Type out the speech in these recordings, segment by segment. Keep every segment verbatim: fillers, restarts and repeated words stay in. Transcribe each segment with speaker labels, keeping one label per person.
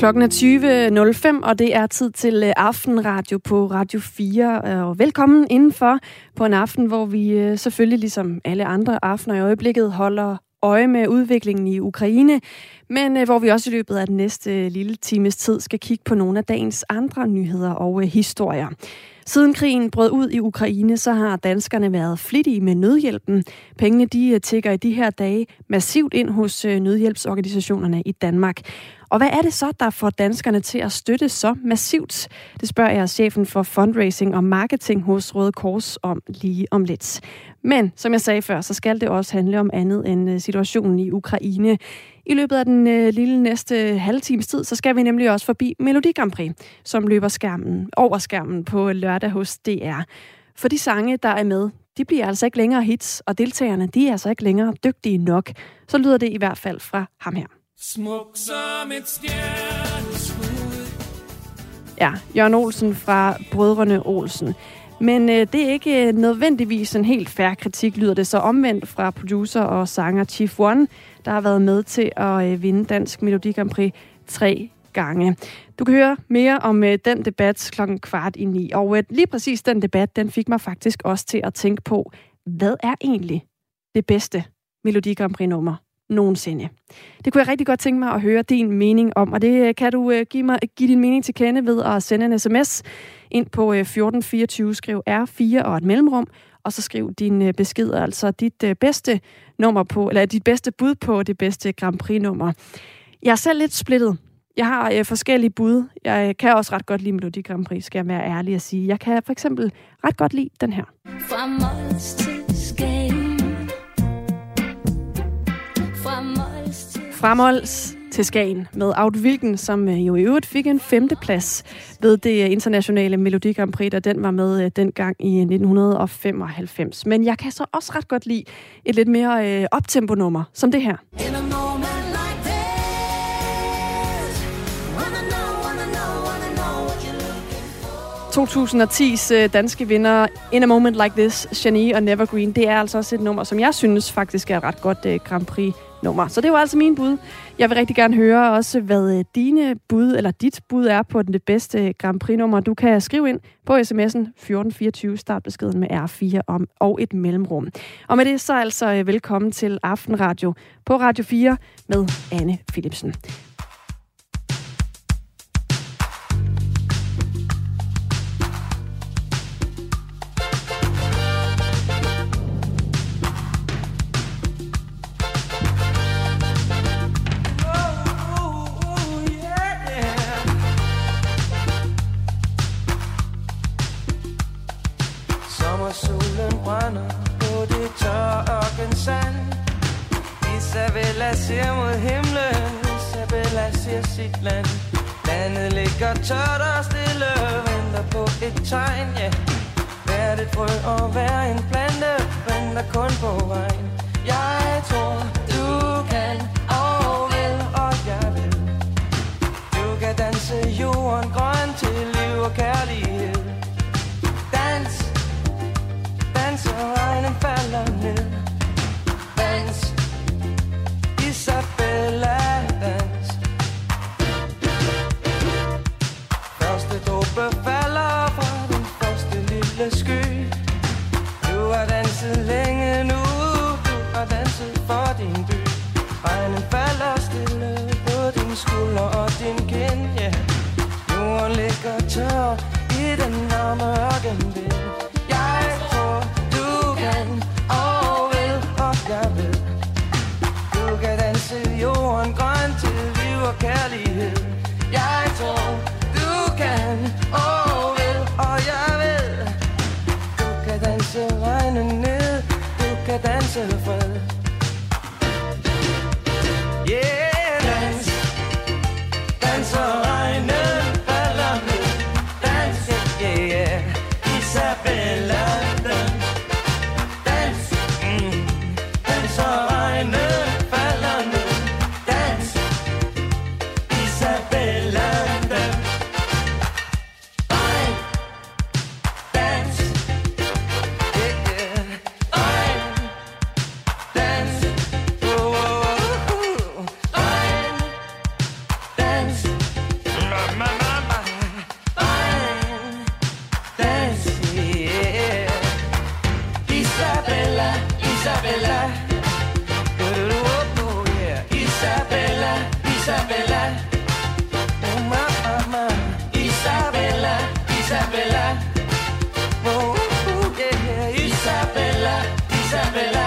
Speaker 1: Klokken er tyve nul fem, og det er tid til Aftenradio på Radio fire. Og velkommen indenfor på en aften, hvor vi selvfølgelig ligesom alle andre aftener i øjeblikket holder øje med udviklingen i Ukraine, men hvor vi også i løbet af den næste lille times tid skal kigge på nogle af dagens andre nyheder og historier. Siden krigen brød ud i Ukraine, så har danskerne været flittige med nødhjælpen. Pengene de tikker i de her dage massivt ind hos nødhjælpsorganisationerne i Danmark. Og hvad er det så, der får danskerne til at støtte så massivt? Det spørger jeg chefen for fundraising og marketing hos Røde Kors om lige om lidt. Men som jeg sagde før, så skal det også handle om andet end situationen i Ukraine. I løbet af den øh, lille næste halve times tid, så skal vi nemlig også forbi Melodi Grand Prix, som løber skærmen, over skærmen på lørdag hos D R. For de sange, der er med, de bliver altså ikke længere hits, og deltagerne, de er altså ikke længere dygtige nok. Så lyder det i hvert fald fra ham her.
Speaker 2: Smuk som et stjerneskud.
Speaker 1: Ja, Jørgen Olsen fra Brødrene Olsen. Men øh, det er ikke nødvendigvis en helt fair kritik, lyder det så omvendt fra producer og sanger Chief One, der har været med til at øh, vinde Dansk Melodi Grand Prix tre gange. Du kan høre mere om øh, den debat klokken kvart i ni. Og øh, lige præcis den debat, den fik mig faktisk også til at tænke på, hvad er egentlig det bedste Melodi Grand Prix-nummer nogensinde? Det kunne jeg rigtig godt tænke mig at høre din mening om, og det kan du øh, give, mig, give din mening til kende ved at sende en sms ind på øh, fjorten fireogtyve, skriv R fire og et mellemrum, og så skriv din øh, besked, altså dit øh, bedste nummer på, eller dit bedste bud på det bedste Grand Prix-nummer. Jeg er selv lidt splittet. Jeg har øh, forskellige bud. Jeg kan også ret godt lide Melodi Grand Prix, skal jeg være ærlig at sige. Jeg kan for eksempel ret godt lide den her.
Speaker 3: Fra Mols til Skagen. Fra Mols til...
Speaker 1: Fra Mols til Skagen med Aud Wilken, som jo i øvrigt fik en femte plads ved det internationale Melodi Grand Prix, da den var med dengang i nitten femoghalvfems. Men jeg kan så også ret godt lide et lidt mere øh, optempo-nummer, som det her. to tusind og tis danske vinder In a Moment Like This, Shani og Nevergreen, det er altså også et nummer, som jeg synes faktisk er et ret godt uh, Grand Prix-nummer. Så det var altså min bud. Jeg vil rigtig gerne høre også, hvad uh, dine bud, eller dit bud er på det bedste Grand Prix-nummer. Du kan skrive ind på sms'en fjorten fireogtyve, startbeskeden med R fire om, og et mellemrum. Og med det så altså uh, velkommen til Aftenradio på Radio fire med Anne Philipsen.
Speaker 4: Solen brænder på det tørre ørkensand. Isabella ser mod himlen, Isabella ser sit land. Landet ligger tørt og stille, venter på et tegn, ja. Hvert et frø og hver en plante venter kun på vejen. Jeg tror, du kan og vil, og jeg vil. Du kan danse jorden grøn til liv og kærlighed. Dans, dans og regnen falder ned. Dans, Isabella, dans. Første dråbe falder fra den første lille sky. Du har danset længe nu, Isabella. Oh, yeah. Isabella, Isabella. Oh, my, my, my. Isabella, Isabella. Oh, yeah, yeah. Isabella, Isabella.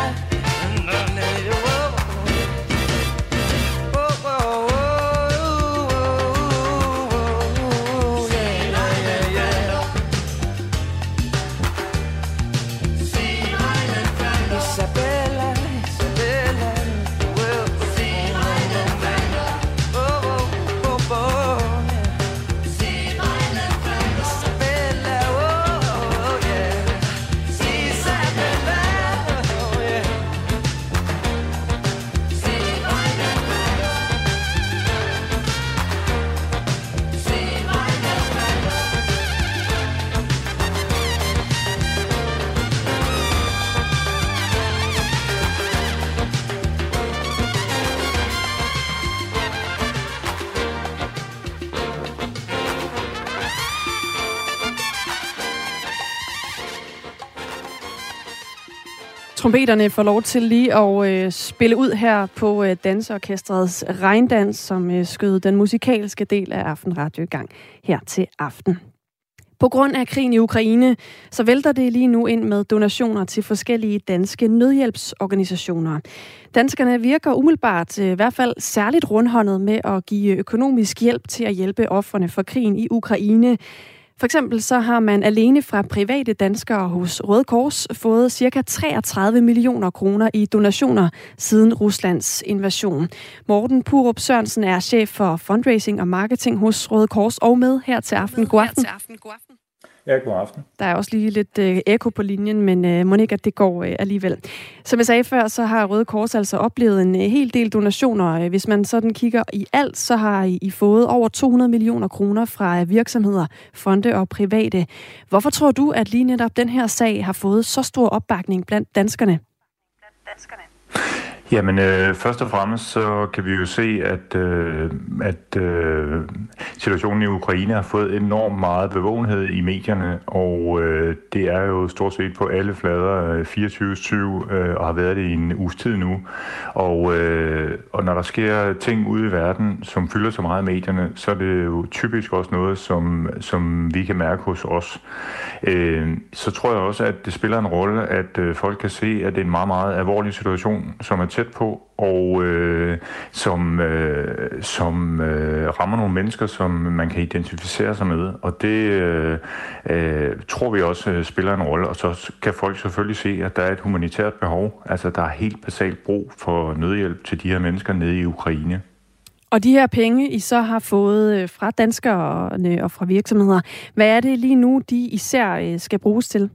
Speaker 1: Trompeterne får lov til lige at øh, spille ud her på øh, Danseorkestrets regndans, som øh, skød den musikalske del af Aftenradio i gang her til aften. På grund af krigen i Ukraine, så vælter det lige nu ind med donationer til forskellige danske nødhjælpsorganisationer. Danskerne virker umiddelbart i hvert fald særligt rundhåndet med at give økonomisk hjælp til at hjælpe ofrene for krigen i Ukraine. For eksempel så har man alene fra private danskere hos Røde Kors fået ca. treogtredive millioner kroner i donationer siden Ruslands invasion. Morten Purup Sørensen er chef for fundraising og marketing hos Røde Kors og med her til aften. God aften.
Speaker 5: Ja, god aften.
Speaker 1: Der er også lige lidt øh, ekko på linjen, men øh, må ikke, at det går øh, alligevel. Som jeg sagde før, så har Røde Kors altså oplevet en øh, hel del donationer. Hvis man sådan kigger i alt, så har I, I fået over to hundrede millioner kroner fra øh, virksomheder, fonde og private. Hvorfor tror du, at lige netop den her sag har fået så stor opbakning blandt danskerne? Blandt danskerne.
Speaker 5: Jamen, øh, først og fremmest så kan vi jo se, at, øh, at øh, situationen i Ukraine har fået enormt meget bevågenhed i medierne, og øh, det er jo stort set på alle flader fireogtyve syv øh, og har været det i en uges tid nu. Og, øh, og når der sker ting ude i verden, som fylder så meget i medierne, så er det jo typisk også noget, som, som vi kan mærke hos os. Øh, så tror jeg også, at det spiller en rolle, at øh, folk kan se, at det er en meget, meget alvorlig situation, som er tæt på, og øh, som, øh, som øh, rammer nogle mennesker, som man kan identificere sig med. Og det øh, øh, tror vi også øh, spiller en rolle. Og så kan folk selvfølgelig se, at der er et humanitært behov. Altså, der er helt basalt brug for nødhjælp til de her mennesker nede i Ukraine.
Speaker 1: Og de her penge, I så har fået fra danskere og fra virksomheder, hvad er det lige nu, de især skal bruges til?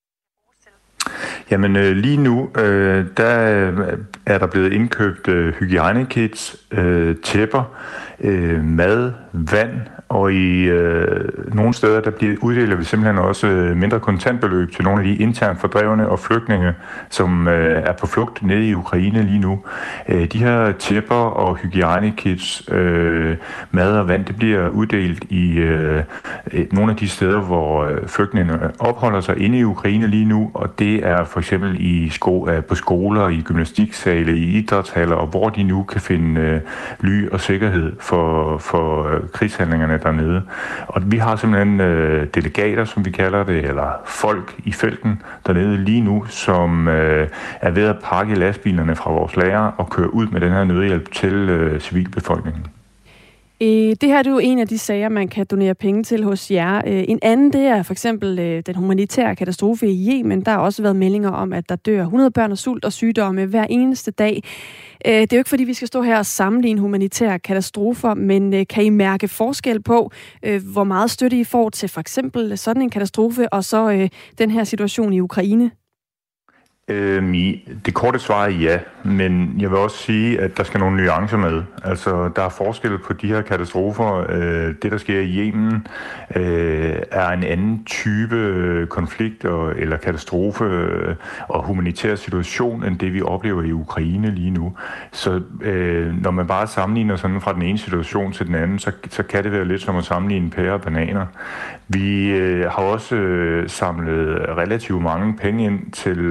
Speaker 5: Jamen øh, lige nu, øh, der er der blevet indkøbt øh, hygiejnekits, øh, tæpper, øh, mad, vand, og i øh, nogle steder, der bliver uddeler vi simpelthen også øh, mindre kontantbeløb til nogle af de internt fordrevne og flygtninge, som øh, er på flugt nede i Ukraine lige nu. Øh, de her tæpper og hygiejnekits, øh, mad og vand, det bliver uddelt i øh, nogle af de steder, hvor øh, flygtningene opholder sig inde i Ukraine lige nu, og det er for eksempel i sko- øh, på skoler, i gymnastiksale, i idrætshaller, og hvor de nu kan finde øh, ly og sikkerhed for, for øh, krigshandlingerne dernede. Og vi har simpelthen øh, delegater, som vi kalder det, eller folk i felten dernede lige nu, som øh, er ved at pakke lastbilerne fra vores lager og køre ud med den her nødhjælp til øh, civilbefolkningen.
Speaker 1: Det her er jo en af de sager, man kan donere penge til hos jer. En anden, det er for eksempel den humanitære katastrofe i Yemen. Der har også været meldinger om, at der dør hundrede børn af sult og sygdomme hver eneste dag. Det er jo ikke, fordi vi skal stå her og sammenligne humanitære katastrofer, men kan I mærke forskel på, hvor meget støtte I får til for eksempel sådan en katastrofe, og så den her situation i Ukraine?
Speaker 5: Øhm, det korte svar er ja, men jeg vil også sige, at der skal nogle nuancer med. Altså, der er forskel på de her katastrofer. Øh, det, der sker i Yemen, øh, er en anden type konflikt og, eller katastrofe øh, og humanitær situation, end det, vi oplever i Ukraine lige nu. Så øh, når man bare sammenligner sådan fra den ene situation til den anden, så, så kan det være lidt som at sammenligne pærer og bananer. Vi øh, har også øh, samlet relativt mange penge ind til øh,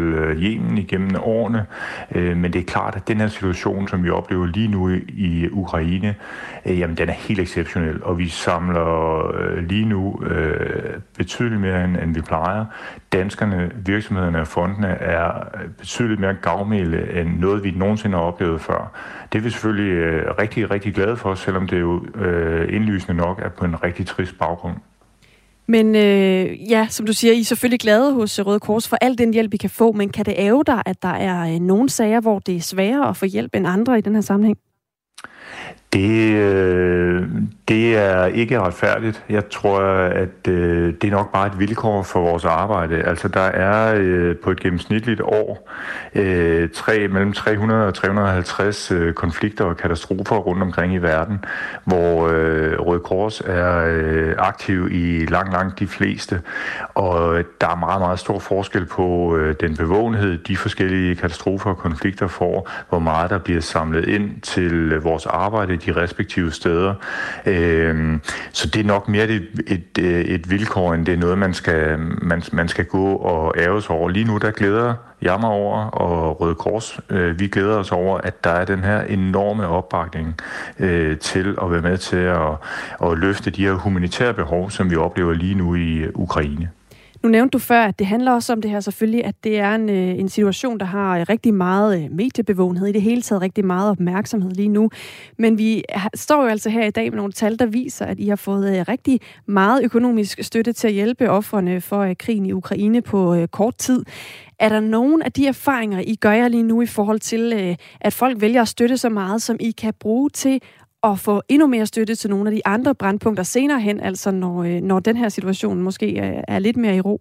Speaker 5: Yemen igennem årene. Øh, men det er klart, at den her situation, som vi oplever lige nu i, i Ukraine, øh, jamen den er helt exceptionel, og vi samler øh, lige nu øh, betydeligt mere, end, end vi plejer. Danskerne, virksomhederne og fondene er betydeligt mere gavmilde end noget, vi nogensinde har oplevet før. Det er vi selvfølgelig øh, rigtig, rigtig glade for, selvom det jo øh, indlysende nok er på en rigtig trist baggrund.
Speaker 1: Men øh, ja, som du siger, I er selvfølgelig glade hos Røde Kors for al den hjælp, I kan få, men kan det ærge dig, at der er øh, nogle sager, hvor det er sværere at få hjælp end andre i den her sammenhæng?
Speaker 5: Det, øh, det er ikke retfærdigt. Jeg tror, at øh, det er nok bare et vilkår for vores arbejde. Altså, der er øh, på et gennemsnitligt år øh, tre, mellem tre hundrede og tre hundrede og halvtreds øh, konflikter og katastrofer rundt omkring i verden, hvor øh, Røde Kors er øh, aktiv i langt, langt de fleste. Og der er meget, meget stor forskel på øh, den bevågenhed, de forskellige katastrofer og konflikter får, hvor meget der bliver samlet ind til øh, vores arbejde de respektive steder. Øh, så det er nok mere et, et, et vilkår, end det er noget, man skal, man, man skal gå og ære sig over. Lige nu, der glæder jeg mig over, og Røde Kors, øh, vi glæder os over, at der er den her enorme opbakning øh, til at være med til at, at løfte de her humanitære behov, som vi oplever lige nu i Ukraine.
Speaker 1: Nu nævnte du før, at det handler også om det her selvfølgelig, at det er en, en situation, der har rigtig meget mediebevågenhed, i det hele taget rigtig meget opmærksomhed lige nu. Men vi står jo altså her i dag med nogle tal, der viser, at I har fået rigtig meget økonomisk støtte til at hjælpe ofrene for krigen i Ukraine på kort tid. Er der nogen af de erfaringer, I gør jer lige nu i forhold til, at folk vælger at støtte så meget, som I kan bruge til at få endnu mere støtte til nogle af de andre brandpunkter senere hen, altså når, når den her situation måske er, er lidt mere i ro?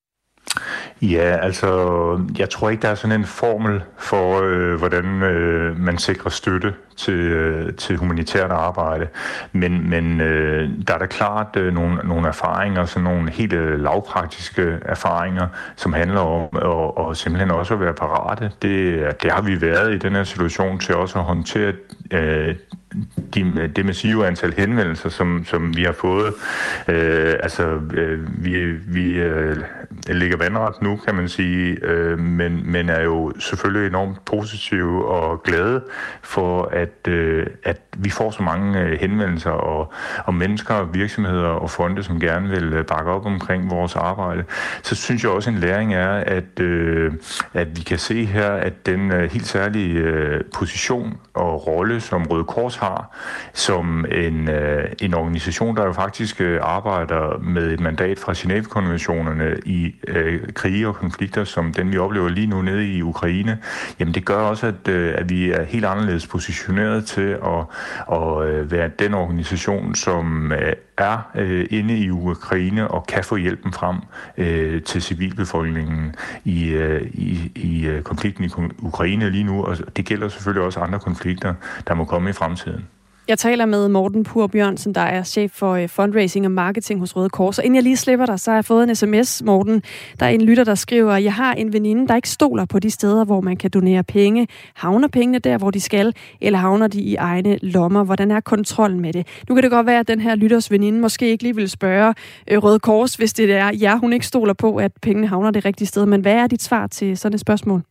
Speaker 5: Ja, altså, jeg tror ikke, der er sådan en formel for, øh, hvordan øh, man sikrer støtte til, øh, til humanitært arbejde. Men, men øh, der er da klart øh, nogle, nogle erfaringer, sådan nogle helt øh, lavpraktiske erfaringer, som handler om at, og simpelthen også at være parate. Det, det har vi været i den her situation til også at håndtere øh, de, det massive antal henvendelser, som, som vi har fået. Øh, altså, øh, vi, vi øh, ligger vandret nu, kan man sige, øh, men, men er jo selvfølgelig enormt positive og glade for, at, øh, at vi får så mange øh, henvendelser og, og mennesker, virksomheder og fonde, som gerne vil bakke op omkring vores arbejde. Så synes jeg også, en læring er, at, øh, at vi kan se her, at den øh, helt særlige øh, position og rolle, som Røde Kors har, som en, øh, en organisation, der jo faktisk øh, arbejder med et mandat fra Genève-konventionerne i øh, krige og konflikter, som den vi oplever lige nu nede i Ukraine, jamen det gør også, at, øh, at vi er helt anderledes positioneret til at, at øh, være den organisation, som øh, er øh, inde i Ukraine og kan få hjælpen frem øh, til civilbefolkningen i, øh, i, i øh, konflikten i Ukraine lige nu, og det gælder selvfølgelig også andre konflikter, der må komme i fremtiden.
Speaker 1: Jeg taler med Morten Pur Bjørnsen, der er chef for fundraising og marketing hos Røde Kors. Og inden jeg lige slipper dig, så har jeg fået en sms, Morten. Der er en lytter, der skriver, jeg har en veninde, der ikke stoler på de steder, hvor man kan donere penge. Havner pengene der, hvor de skal, eller havner de i egne lommer? Hvordan er kontrollen med det? Nu kan det godt være, at den her lytters veninde måske ikke lige vil spørge Røde Kors, hvis det er, ja, hun ikke stoler på, at pengene havner det rigtige sted. Men hvad er dit svar til sådan et spørgsmål?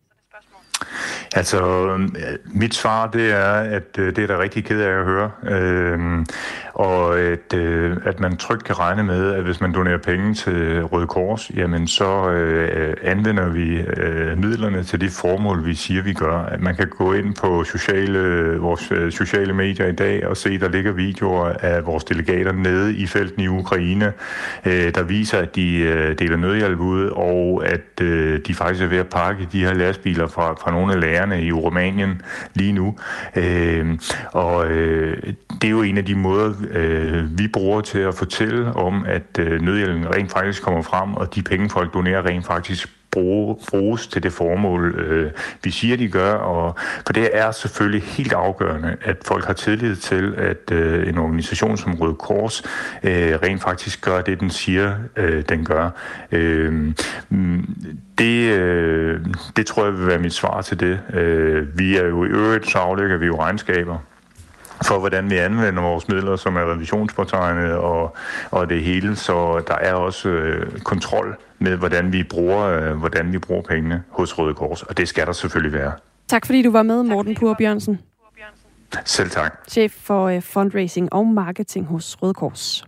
Speaker 5: Altså, mit svar, det er, at det er der rigtig ked af at høre. Øhm, og at, øh, at man trygt kan regne med, at hvis man donerer penge til Røde Kors, jamen så øh, anvender vi øh, midlerne til de formål, vi siger, vi gør. At man kan gå ind på sociale, vores øh, sociale medier i dag og se, der ligger videoer af vores delegater nede i felten i Ukraine, øh, der viser, at de øh, deler nødhjælp ud, og at øh, de faktisk er ved at pakke de her lastbiler fra, fra nogle af lærerne i Rumænien lige nu. Øh, og øh, det er jo en af de måder, øh, vi bruger til at fortælle om, at øh, nødhjælpen rent faktisk kommer frem, og de penge, folk donerer, rent faktisk bruge, bruges til det formål, øh, vi siger, de gør. Og for det er selvfølgelig helt afgørende, at folk har tillid til, at øh, en organisation som Røde Kors øh, rent faktisk gør det, den siger, øh, den gør. Øh, det, øh, det tror jeg vil være mit svar til det. Øh, vi er jo i øvrigt, så aflægger vi jo regnskaber. for hvordan vi anvender vores midler, som er revisionsportalerne og, og det hele. Så der er også øh, kontrol med, hvordan vi bruger, øh, hvordan vi bruger pengene hos Røde Kors, og det skal der selvfølgelig være.
Speaker 1: Tak fordi du var med, Morten Pur Bjørnsen.
Speaker 5: Selv tak.
Speaker 1: Chef for øh, fundraising og marketing hos Røde Kors.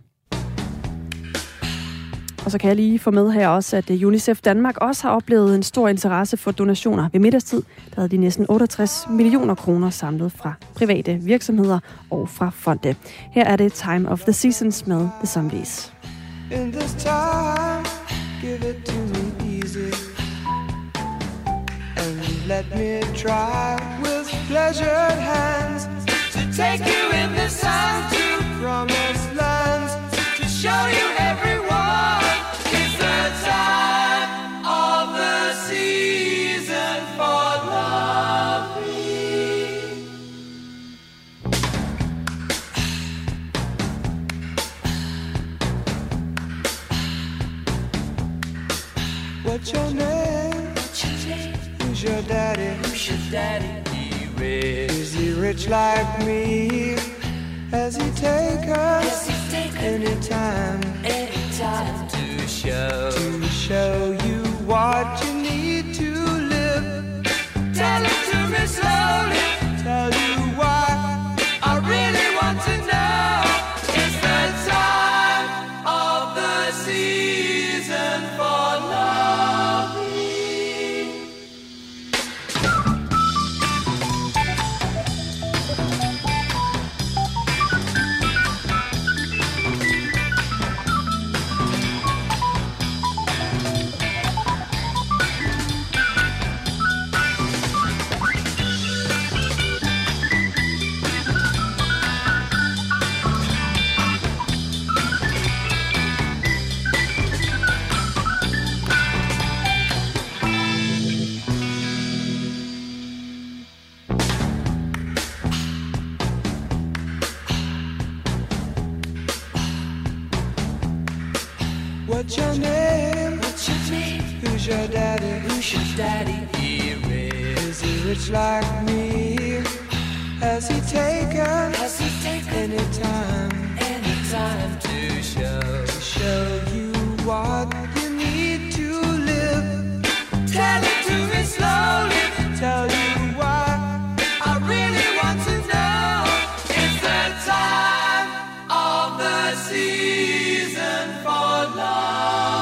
Speaker 1: Og så kan jeg lige få med her også, at UNICEF Danmark også har oplevet en stor interesse for donationer. Ved middagstid, der havde de næsten otteogtres millioner kroner samlet fra private virksomheder og fra fonde. Her er det Time of the Seasons med The Zombies.
Speaker 4: In this time, give it to me easy. And let me try with pleasured hands to take you in the sun to promised lands, to show you everyone. It's the time of the season for loving. What's your name? What's your name? Who's your daddy? Who's your daddy? He rich. Is he rich like me? Has he taken anytime, anytime to show, to show you what you need to live? Tell it to me slowly, tell you why I really want to know. It's the time of the season for loving. What's your name? What's your name? Who's your daddy? Who's your daddy? He rich. Is he rich like me? Has he taken? Has he taken any time? Any time to show, to show you what you need to live? Tell it to me slowly. Tell you why I really want to know. It's the time of the season for love.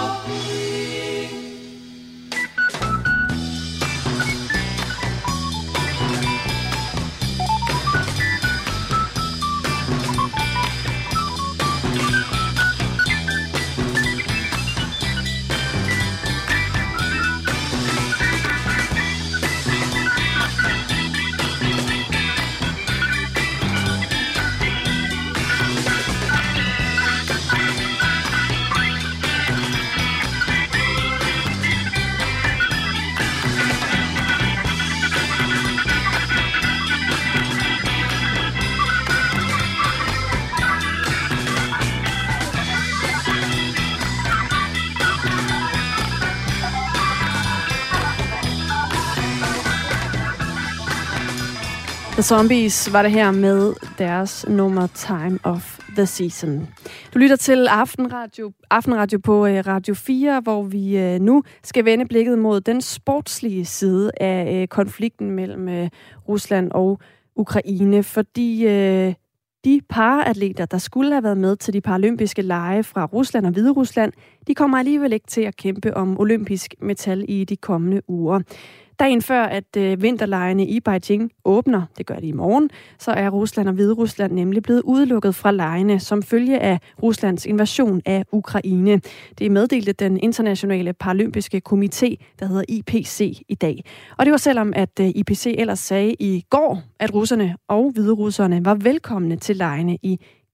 Speaker 1: The Zombies var det her med deres nummer Time of the Season. Du lytter til Aftenradio, Aftenradio på Radio fire, hvor vi nu skal vende blikket mod den sportslige side af konflikten mellem Rusland og Ukraine, fordi de paratleter, der skulle have været med til de paralympiske lege fra Rusland og Hviderusland, de kommer alligevel ikke til at kæmpe om olympisk metal i de kommende uger. Dagen før, at øh, vinterlegene i Beijing åbner, det gør de i morgen, så er Rusland og Hviderusland nemlig blevet udelukket fra legene som følge af Ruslands invasion af Ukraine. Det meddelte den internationale paralympiske komité, der hedder I P C, i dag. Og det var selvom, at øh, I P C ellers sagde i går, at russerne og hviderusserne var velkomne til legene i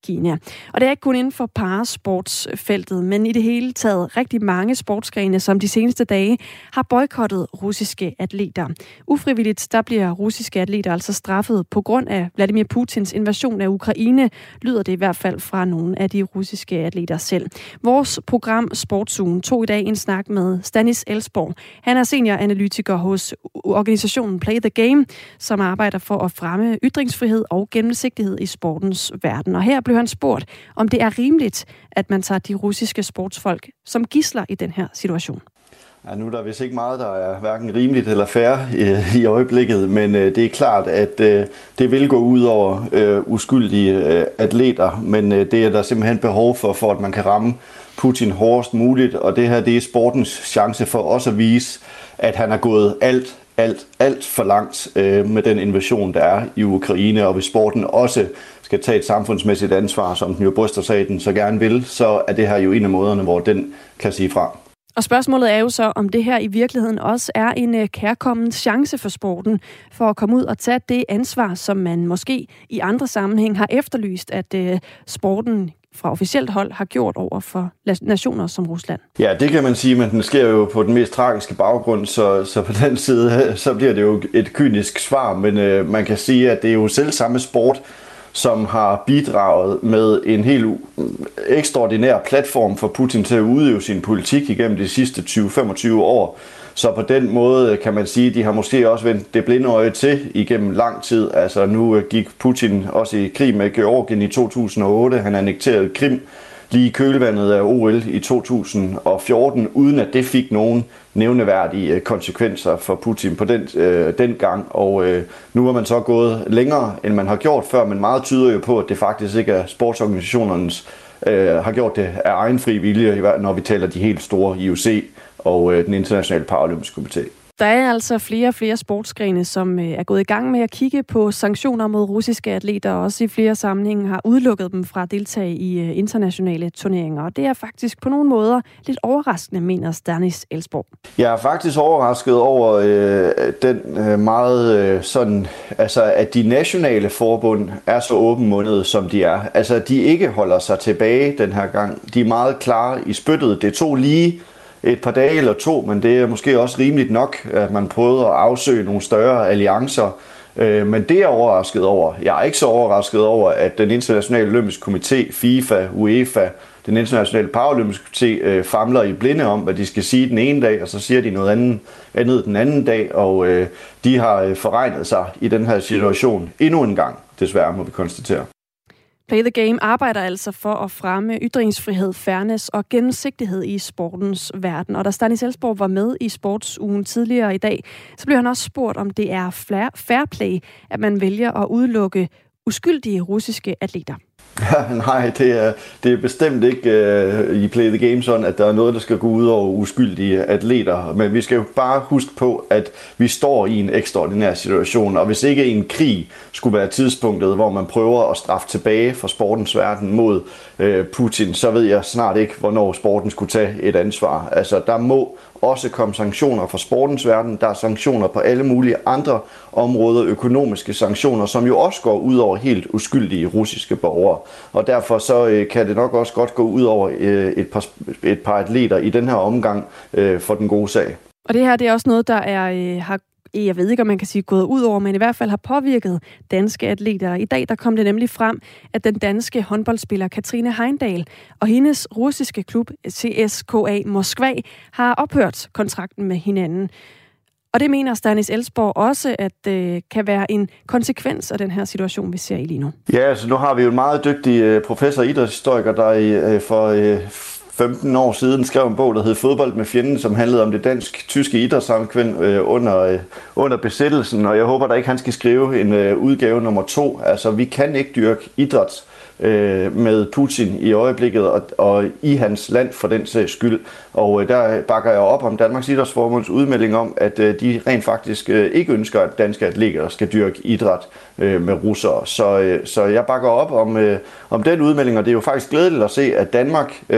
Speaker 1: Kina. Og det er ikke kun inden for parasportsfeltet, men i det hele taget rigtig mange sportsgrene, som de seneste dage har boykottet russiske atleter. Ufrivilligt, der bliver russiske atleter altså straffet på grund af Vladimir Putins invasion af Ukraine, lyder det i hvert fald fra nogle af de russiske atleter selv. Vores program Sportsugen tog i dag en snak med Stanis Elsborg. Han er senioranalytiker hos organisationen Play the Game, som arbejder for at fremme ytringsfrihed og gennemsigtighed i sportens verden. Og her blev han spurgt, om det er rimeligt, at man tager de russiske sportsfolk som gidsler i den her situation.
Speaker 6: Ja, nu er der vist ikke meget, der er hverken rimeligt eller fair i, i øjeblikket, men øh, det er klart, at øh, det vil gå ud over øh, uskyldige øh, atleter, men øh, det er der simpelthen behov for, for at man kan ramme Putin hårdest muligt, og det her det er sportens chance for også at vise, at han er gået alt, alt, alt for langt øh, med den invasion, der er i Ukraine, og hvis sporten også skal tage et samfundsmæssigt ansvar, som den jo bryster sig af den så gerne vil, så er det her jo en af måderne, hvor den kan sige fra.
Speaker 1: Og spørgsmålet er jo så, om det her i virkeligheden også er en kærkommen chance for sporten, for at komme ud og tage det ansvar, som man måske i andre sammenhæng har efterlyst, at uh, sporten fra officielt hold har gjort over for nationer som Rusland.
Speaker 6: Ja, det kan man sige, men den sker jo på den mest tragiske baggrund, så, så på den side, så bliver det jo et kynisk svar, men uh, man kan sige, at det er jo selv samme sport, som har bidraget med en helt ekstraordinær platform for Putin til at udøve sin politik igennem de sidste tyve til femogtyve år. Så på den måde kan man sige, at de har måske også vendt det blinde øje til igennem lang tid. Altså nu gik Putin også i krig med Georgien i to tusind og otte. Han annekterede Krim lige i kølvandet af O L i to tusind og fjorten, uden at det fik nogen nævneværdige konsekvenser for Putin på den, øh, den gang. Og øh, nu er man så gået længere, end man har gjort før, men meget tyder jo på, at det faktisk ikke er sportsorganisationernes øh, har gjort det af egen fri vilje, når vi taler de helt store I O C og øh, den internationale paralympiske komité.
Speaker 1: Der er altså flere og flere sportsgrene, som er gået i gang med at kigge på sanktioner mod russiske atleter, og også i flere sammenhænge har udelukket dem fra at deltage i internationale turneringer. Og det er faktisk på nogle måder lidt overraskende, mener Stanis Elsborg.
Speaker 6: Jeg er faktisk overrasket over øh, den øh, meget øh, sådan, altså at de nationale forbund er så åbenmundede, som de er. Altså at de ikke holder sig tilbage den her gang. De er meget klare i spyttet. Det tog lige et par dage eller to, men det er måske også rimeligt nok, at man prøvede at afsøge nogle større alliancer. Men det er jeg overrasket over. Jeg er ikke så overrasket over, at den internationale olympiske komité, FIFA, UEFA, den internationale paralympiske komité famler i blinde om, hvad de skal sige den ene dag, og så siger de noget andet, andet den anden dag, og de har forregnet sig i den her situation endnu en gang, desværre må vi konstatere.
Speaker 1: Play the Game arbejder altså for at fremme ytringsfrihed, fairness og gennemsigtighed i sportens verden. Og da Stanis Elsborg var med i Sportsugen tidligere i dag, så blev han også spurgt, om det er fair play, at man vælger at udelukke uskyldige russiske atleter.
Speaker 6: Ja, nej, det er, det er bestemt ikke uh, i Play the Game sådan, at der er noget, der skal gå ud over uskyldige atleter. Men vi skal jo bare huske på, at vi står i en ekstraordinær situation, og hvis ikke en krig skulle være tidspunktet, hvor man prøver at straffe tilbage fra sportens verden mod uh, Putin, så ved jeg snart ikke, hvornår sporten skulle tage et ansvar. Altså, der må også komme sanktioner fra sportens verden. Der er sanktioner på alle mulige andre områder, økonomiske sanktioner, som jo også går ud over helt uskyldige russiske borgere. Og derfor så øh, kan det nok også godt gå ud over øh, et, par, et par atleter i den her omgang øh, for den gode sag.
Speaker 1: Og det her det er også noget, der er, øh, har jeg ved ikke, om man kan sige gået ud over, men i hvert fald har påvirket danske atleter. I dag der kom det nemlig frem, at den danske håndboldspiller Katrine Heindal og hendes russiske klub C S K A Moskva har ophørt kontrakten med hinanden. Og det mener Stanis Elsborg også, at det øh, kan være en konsekvens af den her situation, vi ser i lige nu.
Speaker 6: Ja, altså nu har vi jo en meget dygtig øh, professor idrætshistoriker, der øh, for øh, femten år siden skrev en bog, der hed Fodbold med fjenden, som handlede om det dansk-tyske idrætssamkvem øh, under, øh, under besættelsen. Og jeg håber da ikke, han skal skrive en øh, udgave nummer to. Altså, vi kan ikke dyrke idræt øh, med Putin i øjeblikket og, og i hans land for den sags skyld. Og øh, der bakker jeg op om Danmarks Idrætsforbunds udmelding om, at øh, de rent faktisk øh, ikke ønsker, at danske atleter skal dyrke idræt øh, med russere. Så, øh, så jeg bakker op om, øh, om den udmelding, og det er jo faktisk glædeligt at se, at Danmark øh, trods alt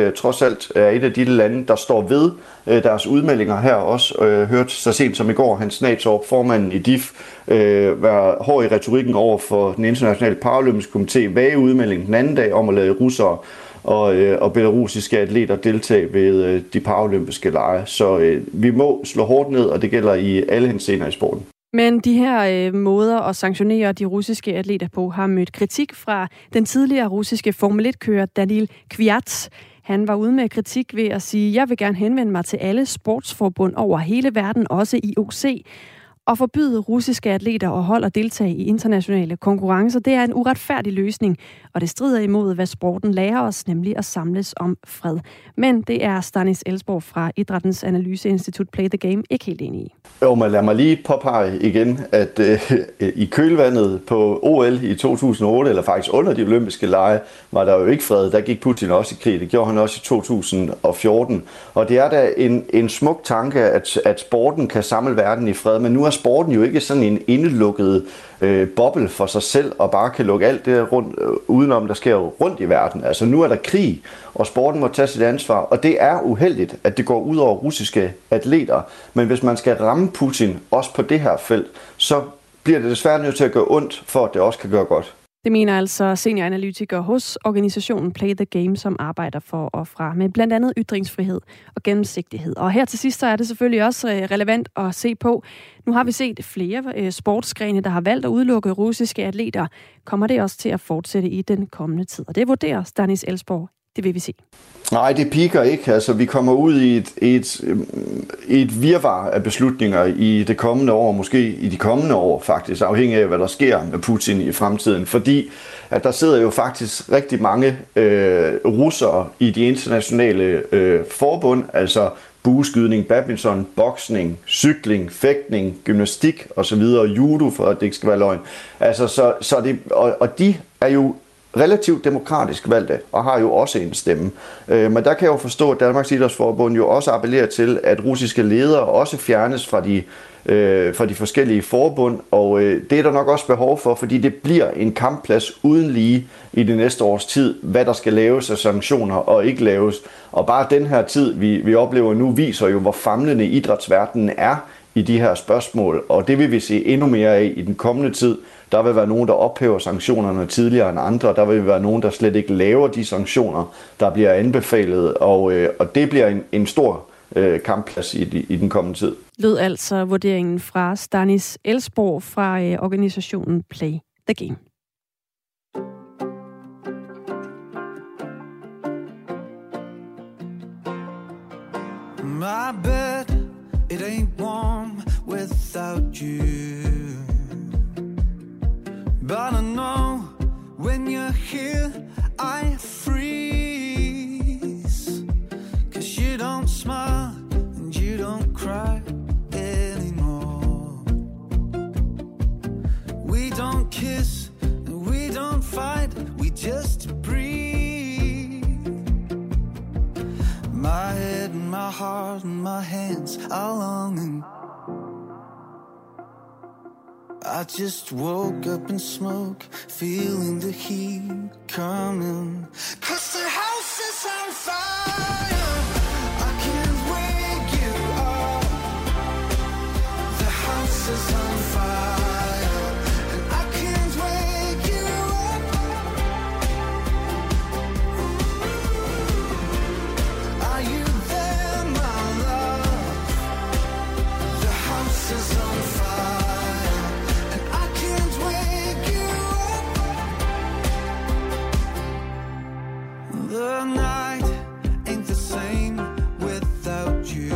Speaker 6: alt er et af de lande, der står ved øh, deres udmeldinger her. Også øh, hørt så sent som i går, Hans Natorp, formanden i D I F, øh, var hård i retorikken over for den internationale paralympiske komité, vage udmelding den anden dag om at lade russere og, øh, og belarusiske atleter deltage ved øh, de paralympiske lege. Så øh, vi må slå hårdt ned, og det gælder i alle henseender i sporten.
Speaker 1: Men de her øh, måder at sanktionere de russiske atleter på har mødt kritik fra den tidligere russiske Formel et-kører Danil Kvyat. Han var ude med kritik ved at sige, jeg vil gerne henvende mig til alle sportsforbund over hele verden, også I O C, og forbyde russiske atleter at holde og deltage i internationale konkurrencer. Det er en uretfærdig løsning, og det strider imod, hvad sporten lærer os, nemlig at samles om fred. Men det er Stanis Elsborg fra Idrættens Analyseinstitut Play the Game ikke helt enig i.
Speaker 6: Jo, men lad mig lige påpege igen, at øh, i kølvandet på O L i to tusind og otte, eller faktisk under de olympiske lege, var der jo ikke fred. Der gik Putin også i krig. Det gjorde han også i to tusind og fjorten. Og det er da en, en smuk tanke, at, at sporten kan samle verden i fred. Men nu er sporten jo ikke sådan en indelukket øh, boble for sig selv, og bare kan lukke alt det rundt, øh, udenom, der sker jo rundt i verden. Altså nu er der krig, og sporten må tage sit ansvar. Og det er uheldigt, at det går ud over russiske atleter. Men hvis man skal ramme Putin også på det her felt, så bliver det desværre nødt til at gøre ondt, for at det også kan gøre godt.
Speaker 1: Det mener altså senioranalytiker hos organisationen Play the Game, som arbejder for at fremme blandt andet ytringsfrihed og gennemsigtighed. Og her til sidst så er det selvfølgelig også relevant at se på. Nu har vi set flere sportsgrene, der har valgt at udelukke russiske atleter. Kommer det også til at fortsætte i den kommende tid? Og det vurderer Stanis Elsborg. Det vil vi se.
Speaker 6: Nej, det piker ikke. Altså, vi kommer ud i et, et, et virvar af beslutninger i det kommende år, måske i de kommende år faktisk, afhængig af, hvad der sker med Putin i fremtiden. Fordi at der sidder jo faktisk rigtig mange øh, russere i de internationale øh, forbund, altså bueskydning, badminton, boksning, cykling, fægtning, gymnastik osv., judo, for at det ikke skal være løgn. Altså, så, så det, og, og de er jo relativt demokratisk valgte, og har jo også en stemme. Øh, men der kan jeg jo forstå, at Danmarks Idrætsforbund jo også appellerer til, at russiske ledere også fjernes fra de, øh, fra de forskellige forbund, og øh, det er der nok også behov for, fordi det bliver en kampplads uden lige i det næste års tid, hvad der skal laves af sanktioner og ikke laves. Og bare den her tid, vi, vi oplever nu, viser jo, hvor famlende idrætsverdenen er i de her spørgsmål, og det vil vi se endnu mere af i den kommende tid. Der vil være nogen, der ophæver sanktionerne tidligere end andre. Der vil være nogen, der slet ikke laver de sanktioner, der bliver anbefalet. Og, øh, og det bliver en, en stor øh, kampplads i, i den kommende tid. Lød
Speaker 1: altså vurderingen fra Stanis Elsborg fra øh, organisationen Play the Game.
Speaker 2: My bed, it ain't warm without you. But I know when you're here, I freeze. 'Cause you don't smile and you don't cry anymore. We don't kiss and we don't fight, we just breathe. My head and my heart and my hands are longing. I just woke up in smoke, feeling the heat coming. 'Cause the house is on fire, I can't wake you up. The house is on fire, and I can't wake you up. Are you there, my love? The house is on fire. The night ain't the same without you.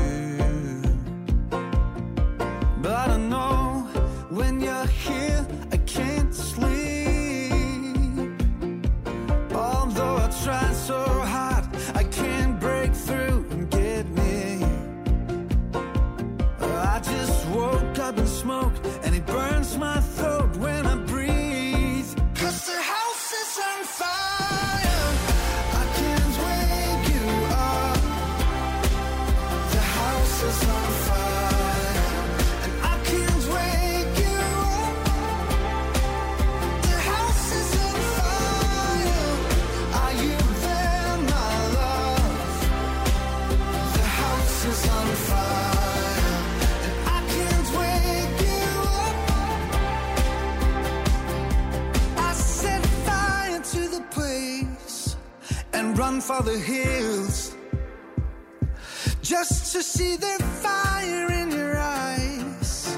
Speaker 2: But I know when you're here, I can't sleep. Although I try so hard, I can't break through and get near. I just woke up in smoke, and it burns my throat when I breathe. 'Cause the house is on fire. Is on fire, and I can't wake you up. for the hills, just to see the fire in your eyes.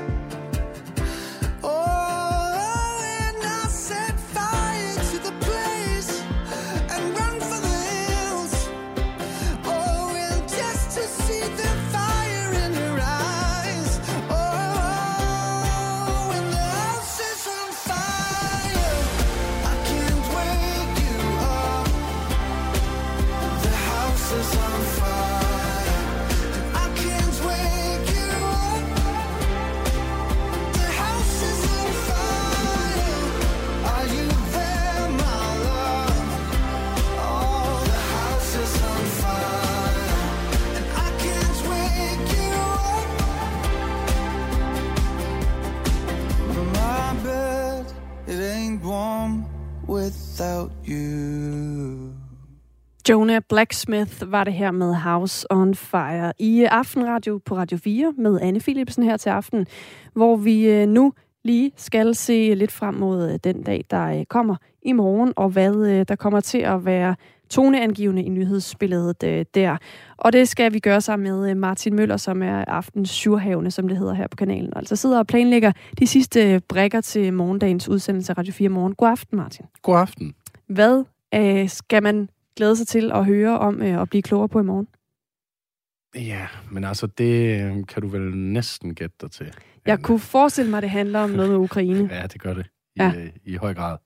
Speaker 2: Oh, and I'll set fire to the place and run for the hills. Oh, and just to see the fire in your eyes. Oh, when the house is on fire, I can't wake you up. The house is on fire, I can't wake you up. The house is on fire. Are you there, my love? Oh, the house is on fire, and I can't wake you up. My bed, it ain't warm without you.
Speaker 1: Jonah Blacksmith var det her med House on Fire i Aftenradio på Radio fire med Anne Philipsen her til aften, hvor vi nu lige skal se lidt frem mod den dag, der kommer i morgen, og hvad der kommer til at være toneangivende i nyhedsbilledet der. Og det skal vi gøre sammen med Martin Møller, som er aftens surhavne, som det hedder her på kanalen. Altså sidder og planlægger de sidste brikker til morgendagens udsendelse af Radio fire Morgen. God aften, Martin.
Speaker 7: God aften.
Speaker 1: Hvad øh, skal man glæde sig til at høre om øh, at blive klogere på i morgen?
Speaker 7: Ja, men altså, det kan du vel næsten gætte dig til.
Speaker 1: Jeg kunne forestille mig, at det handler om noget med Ukraine.
Speaker 7: Ja, det gør det i,
Speaker 1: ja.
Speaker 7: i, i høj grad.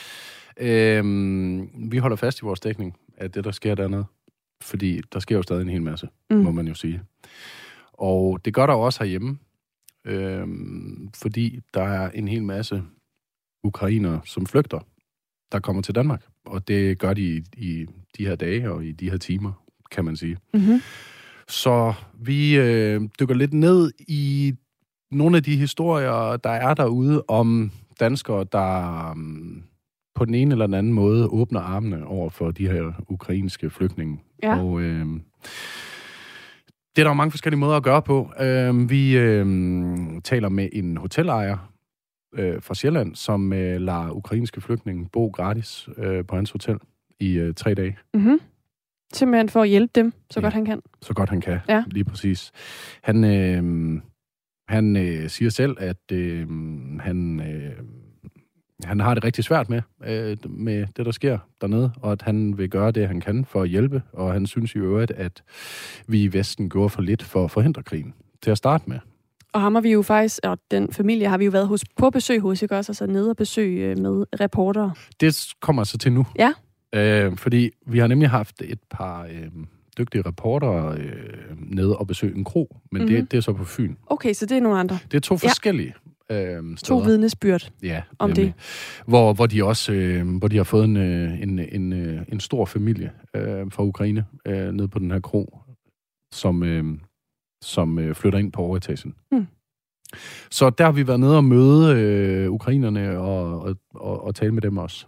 Speaker 7: Øhm, vi holder fast i vores dækning af det, der sker dernede. Fordi der sker jo stadig en hel masse, mm. må man jo sige. Og det gør der jo også herhjemme. Øhm, fordi der er en hel masse ukrainere, som flygter, der kommer til Danmark. Og det gør de i, i de her dage og i de her timer, kan man sige.
Speaker 1: Mm-hmm.
Speaker 7: Så vi øh, dykker lidt ned i nogle af de historier, der er derude om danskere, der um, på den ene eller den anden måde åbner armene over for de her ukrainske flygtninge.
Speaker 1: Ja.
Speaker 7: Og øh, det er der jo mange forskellige måder at gøre på. Øh, vi øh, taler med en hotelejer øh, fra Sjælland, som øh, lader ukrainske flygtninge bo gratis øh, på hans hotel i øh, tre dage.
Speaker 1: Mm-hmm. Simpelthen for at hjælpe dem, så ja, godt han kan.
Speaker 7: Så godt han kan,
Speaker 1: ja.
Speaker 7: Lige præcis. Han, øh, han øh, siger selv, at øh, han, øh, han har det rigtig svært med, øh, med det, der sker dernede, og at han vil gøre det, han kan for at hjælpe, og han synes i øvrigt, at vi i Vesten gjorde for lidt for at forhindre krigen til at starte med.
Speaker 1: Og ham har vi jo faktisk, og den familie har vi jo været hos, på besøg hos, ikke også? Altså nede og besøg med reportere.
Speaker 7: Det kommer så til nu.
Speaker 1: Ja.
Speaker 7: Øh, fordi vi har nemlig haft et par øh, dygtige reportere øh, nede og besøge en kro, men mm-hmm. det, det er så på Fyn.
Speaker 1: Okay, så det er nogle andre.
Speaker 7: Det er to forskellige ja. øh, steder.
Speaker 1: To vidnesbyrd
Speaker 7: ja,
Speaker 1: om
Speaker 7: nemlig.
Speaker 1: det.
Speaker 7: Hvor, hvor de også øh, hvor de har fået en, en, en, en stor familie øh, fra Ukraine øh, nede på den her kro, som, øh, som øh, flytter ind på overetagen. Mm. Så der har vi været nede og møde øh, ukrainerne og, og, og, og tale med dem også.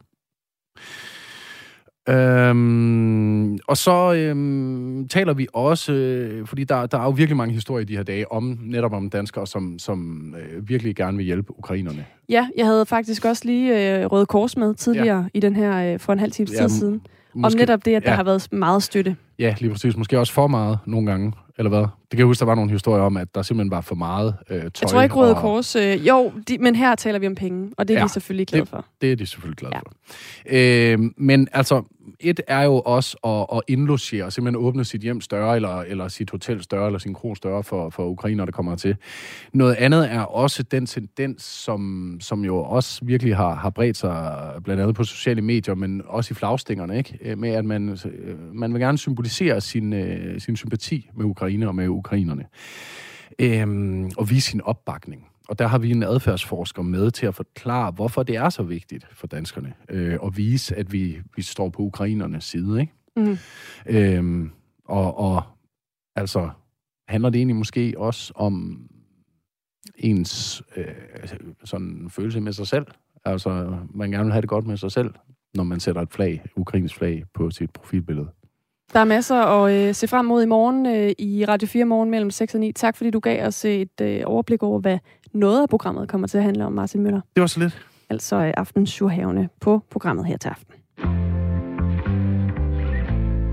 Speaker 7: Øhm, og så øhm, taler vi også, øh, fordi der, der er jo virkelig mange historier i de her dage, om netop om danskere, som, som øh, virkelig gerne vil hjælpe ukrainerne.
Speaker 1: Ja, jeg havde faktisk også lige øh, Røde Kors med tidligere ja. i den her, øh, for en halv times tid siden. Måske, om netop det, at der ja. har været meget støtte.
Speaker 7: Ja, lige præcis. Måske også for meget nogle gange, eller hvad? Det kan jeg huske, der var nogle historier om, at der simpelthen var for meget øh, tøj.
Speaker 1: Jeg tror ikke Røde og... Kors. Øh, jo, de, men her taler vi om penge, og det er ja, de selvfølgelig glade for.
Speaker 7: Det, det er de selvfølgelig glade ja. for. Øh, men altså, et er jo også at, at indlogere, simpelthen åbne sit hjem større, eller, eller sit hotel større, eller sin kro større for, for ukrainere, der kommer til. Noget andet er også den tendens, som, som jo også virkelig har, har bredt sig, blandt andet på sociale medier, men også i flagstængerne, ikke? Med at man, man vil gerne symbolisere sin, sin sympati med Ukraine og med ukrainerne. Øhm, og vise sin opbakning. Og der har vi en adfærdsforsker med til at forklare, hvorfor det er så vigtigt for danskerne. Øh, og vise, at vi, vi står på ukrainernes side, ikke? Mm. Øhm, og, og altså, handler det egentlig måske også om ens øh, sådan følelse med sig selv? Altså, man gerne vil have det godt med sig selv, når man sætter et flag, ukrainsk flag, på sit profilbillede.
Speaker 1: Der er masser at øh, se frem mod i morgen øh, i Radio fire Morgen mellem seks og ni. Tak fordi du gav os et øh, overblik over, hvad noget af programmet kommer til at handle om, Martin Møller.
Speaker 7: Det var så lidt.
Speaker 1: Altså øh, aftens surhavne på programmet her til aften.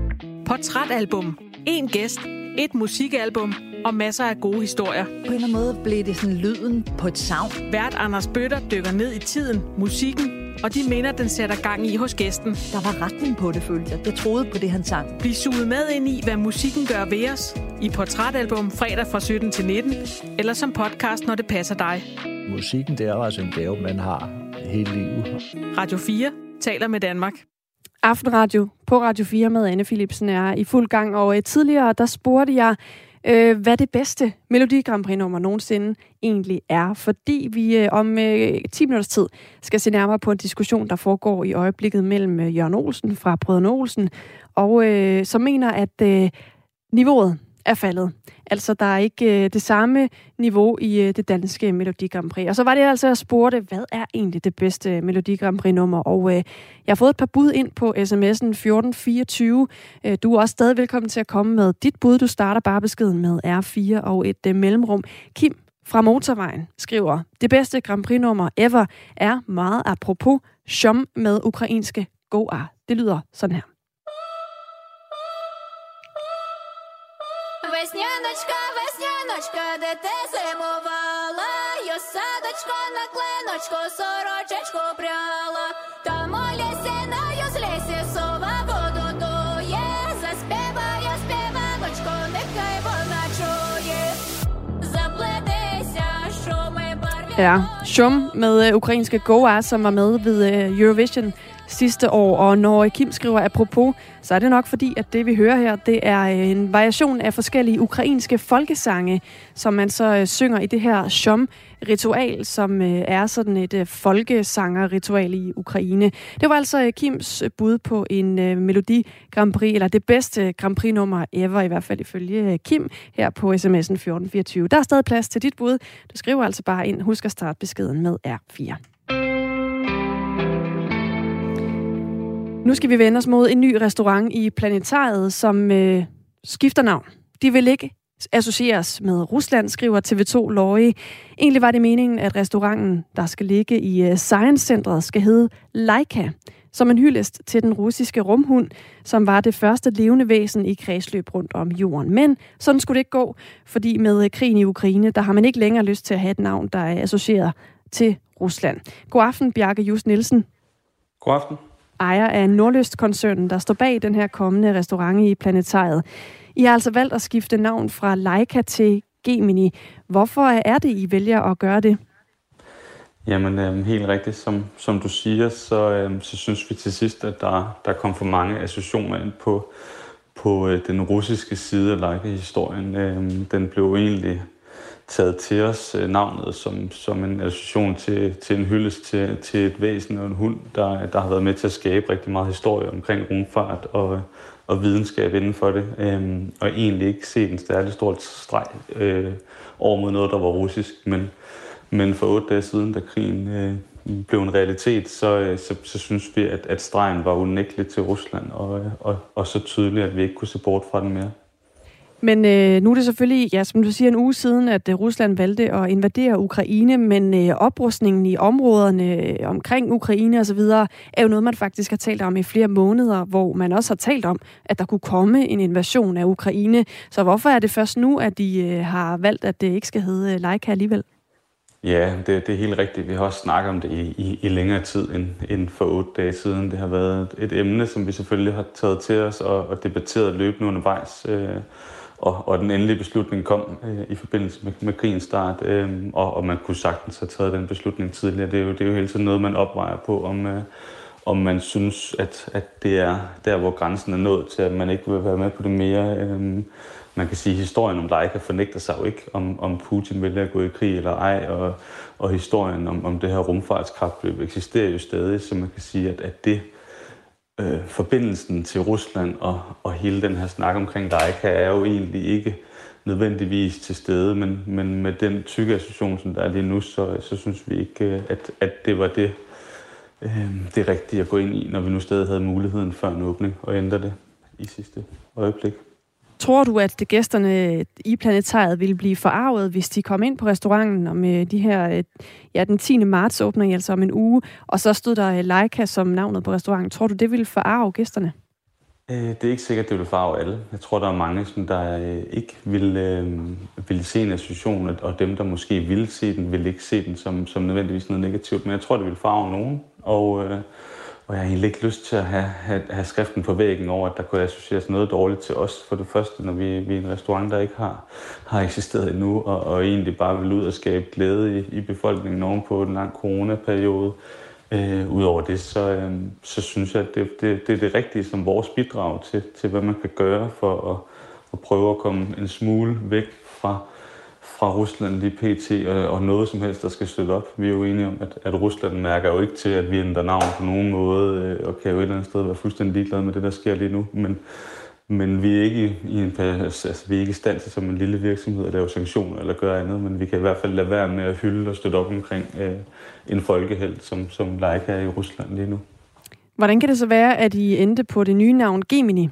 Speaker 8: Portrætalbum. En gæst, et musikalbum og masser af gode historier.
Speaker 9: På en eller anden måde blev det sådan lyden på et savn.
Speaker 8: Vært Anders Bøtter dykker ned i tiden, musikken og de minder, den sætter gang i hos gæsten.
Speaker 9: Der var retning på det, følte jeg. Jeg troede på det, han sang.
Speaker 8: Bliv suget med ind i, hvad musikken gør ved os. I Portrætalbum fredag fra sytten til nitten. Eller som podcast, når det passer dig.
Speaker 10: Musikken, det er jo altså en gave, man har hele livet.
Speaker 8: Radio fire taler med Danmark.
Speaker 1: Aftenradio på Radio fire med Anne Philipsen er i fuld gang. Og øh, tidligere, der spurgte jeg, øh, hvad det bedste Melodi Grand Prix-nummer nogensinde egentlig er. Fordi vi øh, om øh, ti minutters tid skal se nærmere på en diskussion, der foregår i øjeblikket mellem øh, Jørgen Olsen fra Brødrene Olsen, og øh, som mener, at øh, niveauet er faldet. Altså, der er ikke øh, det samme niveau i øh, det danske Melodi Grand Prix. Og så var det altså, jeg spurgte, hvad er egentlig det bedste Melodi Grand Prix-nummer? Og øh, jeg har fået et par bud ind på sms'en fjorten fireogtyve. Øh, du er også stadig velkommen til at komme med dit bud. Du starter bare beskeden med R fire og et øh, mellemrum. Kim fra Motorvejen skriver, det bedste Grand Prix-nummer ever er meget apropos Shom med ukrainske Goa. Det lyder sådan her.
Speaker 3: Весняночка, весняночка, де ти зимувала, я садочко на клиночку, сорочечку пряла, там у лісі на юзлісі сова воду дує, заспіває співаночку, нехай вона чує, заплетися, шуми барві.
Speaker 1: Ja, Shum med uh, ukrainske Goa, som var med ved uh, Eurovision sidste år, og når Kim skriver apropos, så er det nok fordi, at det vi hører her, det er en variation af forskellige ukrainske folkesange, som man så øh, synger i det her Shom-ritual, som øh, er sådan et øh, folkesanger-ritual i Ukraine. Det var altså øh, Kims bud på en øh, Melodi Grand Prix, eller det bedste Grand Prix-nummer ever, i hvert fald ifølge øh, Kim, her på sms'en fjorten fireogtyve. Der er stadig plads til dit bud. Du skriver altså bare ind. Husk at starte beskeden med R fire. Nu skal vi vende os mod en ny restaurant i Planetariet, som øh, skifter navn. De vil ikke associeres med Rusland, skriver T V to Løje. Egentlig var det meningen, at restauranten, der skal ligge i øh, Science-centret, skal hedde Laika, som en hyldest til den russiske rumhund, som var det første levende væsen i kredsløb rundt om jorden. Men sådan skulle det ikke gå, fordi med krigen i Ukraine, der har man ikke længere lyst til at have et navn, der er associeret til Rusland. God aften, Bjarke Just Nielsen.
Speaker 11: God aften.
Speaker 1: Ejer af Nordlyst-koncernen, der står bag den her kommende restaurant i Planetariet. I har altså valgt at skifte navn fra Laika til Gemini. Hvorfor er det, I vælger at gøre det?
Speaker 11: Jamen, øh, helt rigtigt. Som, som du siger, så, øh, så synes vi til sidst, at der, der kom for mange associationer ind på, på øh, den russiske side af Laika-historien. Øh, den blev egentlig taget til os øh, navnet som, som en association til, til en hyldest til, til et væsen og en hund, der, der har været med til at skabe rigtig meget historie omkring rumfart og, og videnskab inden for det, øh, og egentlig ikke set en særlig stort streg øh, over mod noget, der var russisk, men, men for otte dage siden, da krigen øh, blev en realitet, så, så, så synes vi, at, at stregen var unægtelig til Rusland, og, og, og så tydeligt, at vi ikke kunne se bort fra den mere.
Speaker 1: Men øh, nu er det selvfølgelig, ja, som du siger, en uge siden, at øh, Rusland valgte at invadere Ukraine, men øh, oprustningen i områderne øh, omkring Ukraine osv. er jo noget, man faktisk har talt om i flere måneder, hvor man også har talt om, at der kunne komme en invasion af Ukraine. Så hvorfor er det først nu, at de øh, har valgt, at det ikke skal hedde Laika alligevel?
Speaker 11: Ja, det, det er helt rigtigt. Vi har også snakket om det i, i, i længere tid end, end for otte dage siden. Det har været et emne, som vi selvfølgelig har taget til os og, og debatteret løbende undervejs. Øh, Og, og den endelige beslutning kom øh, i forbindelse med, med krigens start, øh, og, og man kunne sagtens have taget den beslutning tidligere. Det er jo, det er jo hele tiden noget, man opvejer på, om, øh, om man synes, at, at det er der, hvor grænsen er nået til, at man ikke vil være med på det mere. Øh, man kan sige, at historien om Laika fornægter sig jo ikke, om, om Putin vælger at gå i krig eller ej, og, og historien om, om det her rumfartskapløb eksisterer jo stadig, så man kan sige, at, at det Øh, forbindelsen til Rusland og, og hele den her snak omkring Laika er jo egentlig ikke nødvendigvis til stede, men, men med den tykke association, som der er lige nu, så, så synes vi ikke, at, at det var det, øh, det rigtige at gå ind i, når vi nu stadig havde muligheden før en åbning og ændre det i sidste øjeblik.
Speaker 1: Tror du, at gæsterne i Planetariet ville blive forarvet, hvis de kom ind på restauranten om de her, ja, den tiende marts åbner, altså om en uge, og så stod der Laika som navnet på restauranten. Tror du, det ville forarve gæsterne?
Speaker 11: Det er ikke sikkert, det vil farve alle. Jeg tror, der er mange, som der ikke vil, øh, vil se en association, og dem, der måske ville se den, vil ikke se den som, som nødvendigvis noget negativt. Men jeg tror, det vil farve nogen, og, øh, og jeg har egentlig ikke lyst til at have, have, have skriften på væggen over, at der kunne associeres noget dårligt til os. For det første, når vi, vi er en restaurant, der ikke har, har eksisteret endnu, og, og egentlig bare vil ud og skabe glæde i, i befolkningen ovenpå en lang coronaperiode. Øh, Udover det, så, øh, så synes jeg, at det, det, det er det rigtige som vores bidrag til, til hvad man kan gøre for at, at prøve at komme en smule væk fra, fra Rusland lige pt. Og, og noget som helst, der skal støtte op. Vi er jo enige om, at, at Rusland mærker jo ikke til, at vi ændrer navn på nogen måde, øh, og kan jo et eller andet sted være fuldstændig ligeglade med det, der sker lige nu. Men, men vi er ikke i en altså, vi er ikke i stand til som en lille virksomhed at lave sanktioner eller gøre andet, men vi kan i hvert fald lade være med at hylde og støtte op omkring øh, en folkehelt, som, som Laika er i Rusland lige nu. Hvordan kan det så være, at I endte på det nye navn Gemini?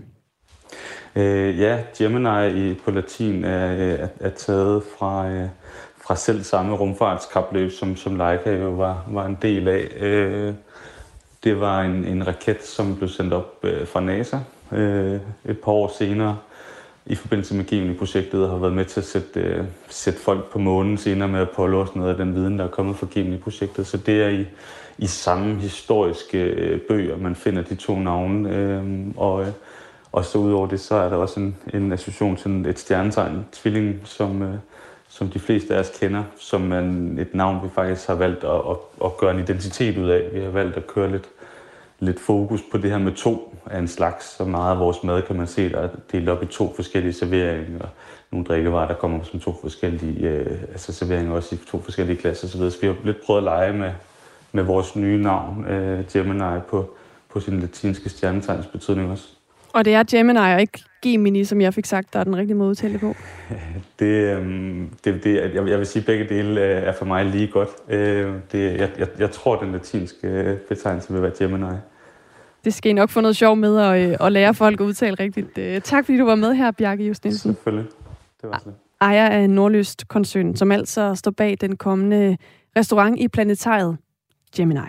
Speaker 11: Øh, ja, Gemini på latin er, er, er taget fra, øh, fra selv samme rumfartskapløb, som, som Laika jo var, var en del af. Øh, det var en, en raket, som blev sendt op øh, fra NASA øh, et par år senere i forbindelse med Gemini-projektet, og har været med til at sætte, øh, sætte folk på månen senere med Apollo og sådan noget af den viden, der er kommet fra Gemini-projektet. Så det er i, i samme historiske øh, bøger, man finder de to navne. Øh, og, øh, og så udover det, så er der også en, en association til et stjernetegn, tvilling, som, øh, som de fleste af os kender, som er et navn, vi faktisk har valgt at, at, at gøre en identitet ud af. Vi har valgt at køre lidt lidt fokus på det her med to af en slags. Så meget af vores mad kan man se, der er delt op i to forskellige serveringer. Nogle drikkevarer, der kommer som to forskellige øh, altså serveringer også i to forskellige klasser osv. Så vi har lidt prøvet at lege med, med vores nye navn, øh, Gemini, på, på sin latinske stjernetegns betydning også. Og det er Gemini og ikke Gemini, som jeg fik sagt, der er den rigtige måde at udtale det på? Det, øh, det, det, jeg, jeg vil sige, at begge dele er for mig lige godt. Øh, det, jeg, jeg, jeg tror, den latinske betegnelse vil være Gemini. Det skal I nok få noget sjov med at, at lære folk at udtale rigtigt. Tak fordi du var med her, Bjarke Just Nielsen. Selvfølgelig. Det var så. Ejer af Nordlyst-koncernen, som altså står bag den kommende restaurant i Planetariet, Gemini.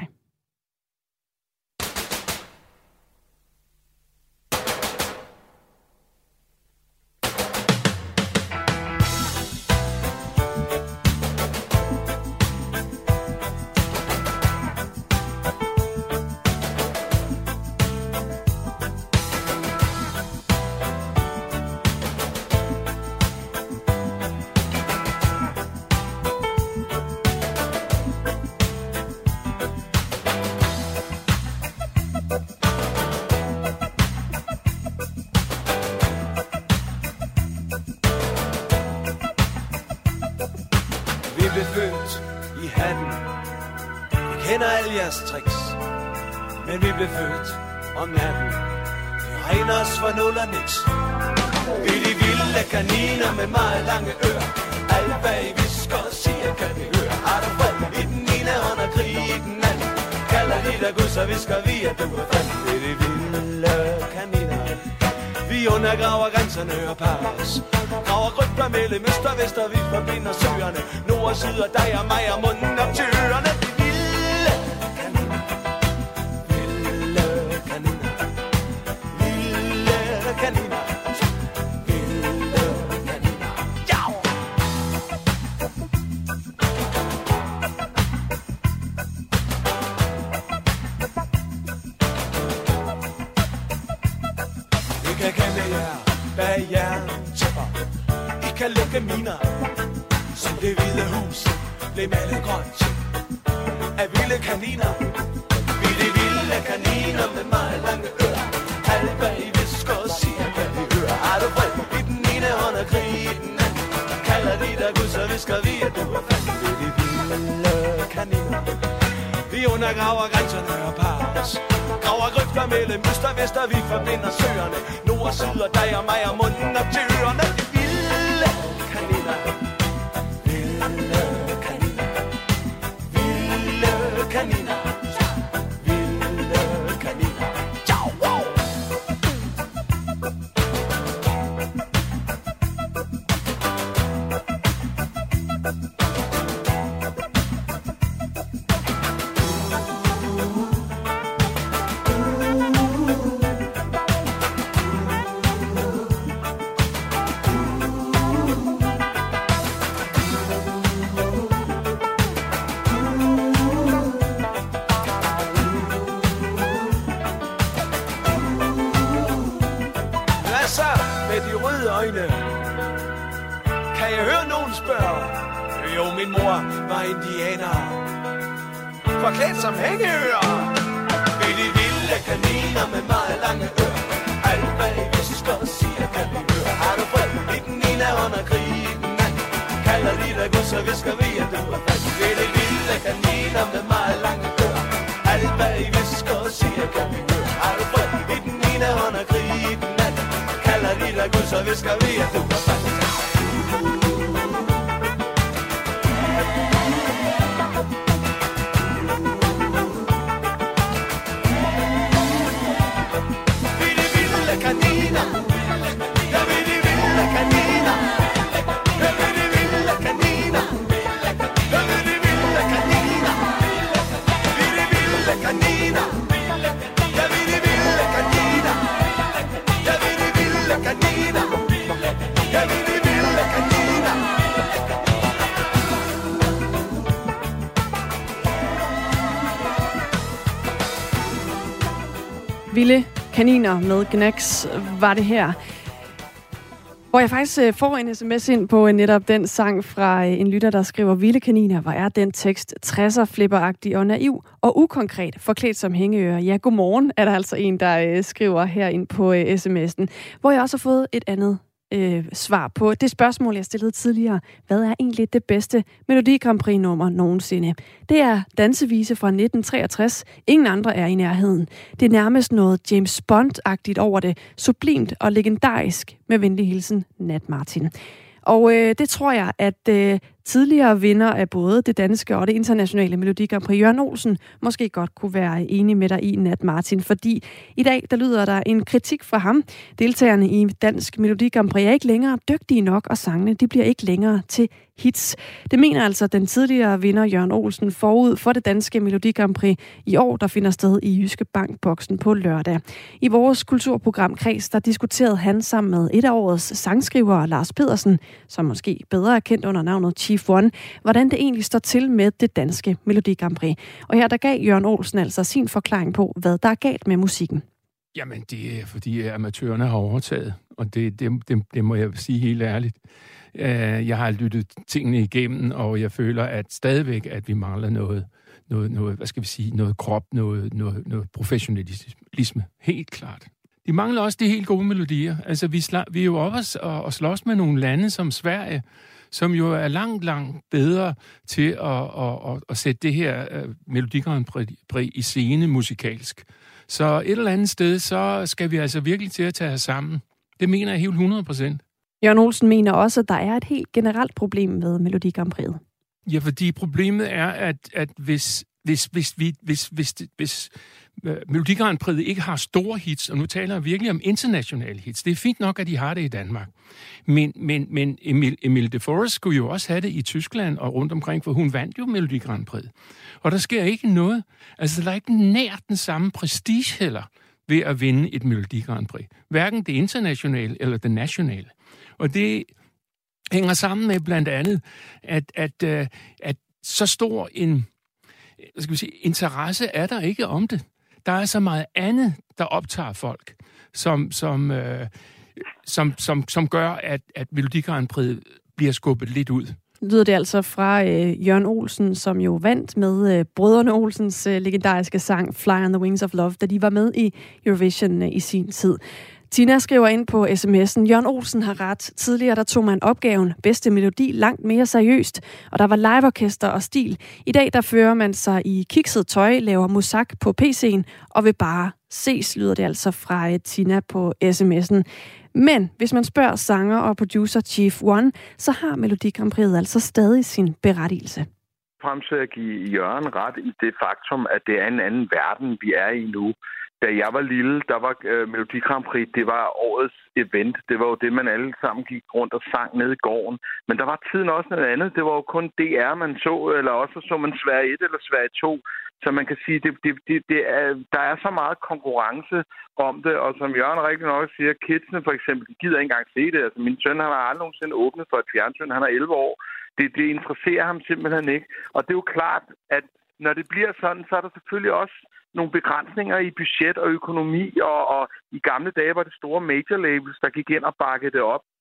Speaker 12: var indianere, forklædt som hængeører. Ved de vilde kaniner med meget lange ører. Alt hvad I hvis I står og siger, kan vi høre. Har du fred i den ene under krigen? Kalder de dig Gud, så visker vi, at du er fast. Ved de vilde kaniner med meget lange ører. Alt hvad I hvis I står og siger, kan vi høre. Har du fred i den ene under krigen? Kalder de dig Gud, så visker vi, at du er fast.
Speaker 1: Vilde kaniner med Gnags var det her. Hvor jeg faktisk får en sms ind på netop den sang fra en lytter, der skriver: Vilde kaniner, hvor er den tekst tresser flipperagtig og naiv og ukonkret, forklædt som hængeører. Ja, godmorgen, er der altså en, der skriver her ind på sms'en. Hvor jeg også har fået et andet øh, svar på det spørgsmål, jeg stillede tidligere. Hvad er egentlig det bedste Melodi Grand Prix-nummer nogensinde? Det er Dansevise fra nitten treogtres. Ingen andre er i nærheden. Det er nærmest noget James Bond-agtigt over det. Sublimt og legendarisk. Med venlig hilsen, Nat Martin. Og øh, det tror jeg, at øh, tidligere vinder af både det danske og det internationale Melodi Grand Prix, Jørgen Olsen, måske godt kunne være enig med dig i, Nat Martin, fordi i dag der lyder der en kritik fra ham. Deltagerne i Dansk Melodi Grand Prix er ikke længere dygtige nok, og sangene de bliver ikke længere til hits. Det mener altså den tidligere vinder Jørgen Olsen forud for det danske Melodi Grand Prix i år, der finder sted i Jyske Bank-boksen på lørdag. I vores kulturprogram Kreds, der diskuterede han sammen med et af årets sangskrivere, Lars Pedersen, som måske bedre er kendt under navnet Chief One, hvordan det egentlig står til med det danske Melodi Grand Prix. Og her der gav Jørgen Olsen altså sin forklaring på, hvad der er galt med musikken.
Speaker 13: Jamen, det er fordi amatørerne har overtaget, og det, det, det, det må jeg sige helt ærligt. Jeg har lyttet tingene igennem, og jeg føler at stadigvæk, at vi mangler noget, noget, noget hvad skal vi sige, noget krop, noget, noget, noget professionalisme. Helt klart. De mangler også de helt gode melodier. Altså, vi, sla, vi er jo oppe og, og slås med nogle lande som Sverige, som jo er langt, langt bedre til at, at, at, at sætte det her uh, Melodi Grand Prix i scene musikalsk. Så et eller andet sted, så skal vi altså virkelig til at tage os sammen. Det mener jeg helt hundrede procent.
Speaker 1: Jørgen Olsen mener også, at der er et helt generelt problem med Melodi Grand Prix.
Speaker 13: Ja, fordi problemet er, at, at hvis, hvis, hvis, vi, hvis, hvis, hvis uh, Melodi Grand Prix ikke har store hits, og nu taler jeg virkelig om internationale hits, det er fint nok, at de har det i Danmark. Men, men, men Emil, Emil de Forest skulle jo også have det i Tyskland og rundt omkring, for hun vandt jo Melodi Grand Prix. Og der sker ikke noget. Altså, der er ikke nær den samme prestige heller ved at vinde et Melodi Grand Prix. Hverken det internationale eller det nationale. Og det hænger sammen med blandt andet, at, at, at, at så stor en hvad skal vi sige, interesse er der ikke om det. Der er så meget andet, der optager folk, som, som, øh, som, som, som gør, at, at Melodi Grand Prix bliver skubbet lidt ud.
Speaker 1: Lyder det altså fra øh, Jørgen Olsen, som jo vandt med øh, brødrene Olsens øh, legendariske sang Fly on the Wings of Love, da de var med i Eurovision øh, i sin tid. Tina skriver ind på sms'en: Jørgen Olsen har ret. Tidligere der tog man opgaven bedste melodi langt mere seriøst, og der var liveorkester og stil. I dag der fører man sig i kikset tøj, laver musak på P C'en og vil bare ses, lyder det altså fra Tina på sms'en. Men hvis man spørger sanger og producer Chief One, så har Melodi Grand Prix altså stadig sin berettigelse.
Speaker 14: Frem til at give Jørgen ret i det faktum, at det er en anden verden, vi er i nu. Da jeg var lille, der var øh, Melodi Grand Prix, det var årets event. Det var jo det, man alle sammen gik rundt og sang nede i gården. Men der var tiden også noget andet. Det var jo kun D R, man så, eller også så man Sverige et eller Sverige to. Så man kan sige, det, det, det, det er, der er så meget konkurrence om det. Og som Jørgen rigtig nok siger, kidsene for eksempel, de gider ikke engang se det. Altså min søn, han har aldrig nogensinde åbnet for et fjernsyn. Han er elleve år. Det, det interesserer ham simpelthen ikke. Og det er jo klart, at når det bliver sådan, så er der selvfølgelig også nogle begrænsninger i budget og økonomi, og, og i gamle dage var det store major labels, der gik ind og bakkede det op.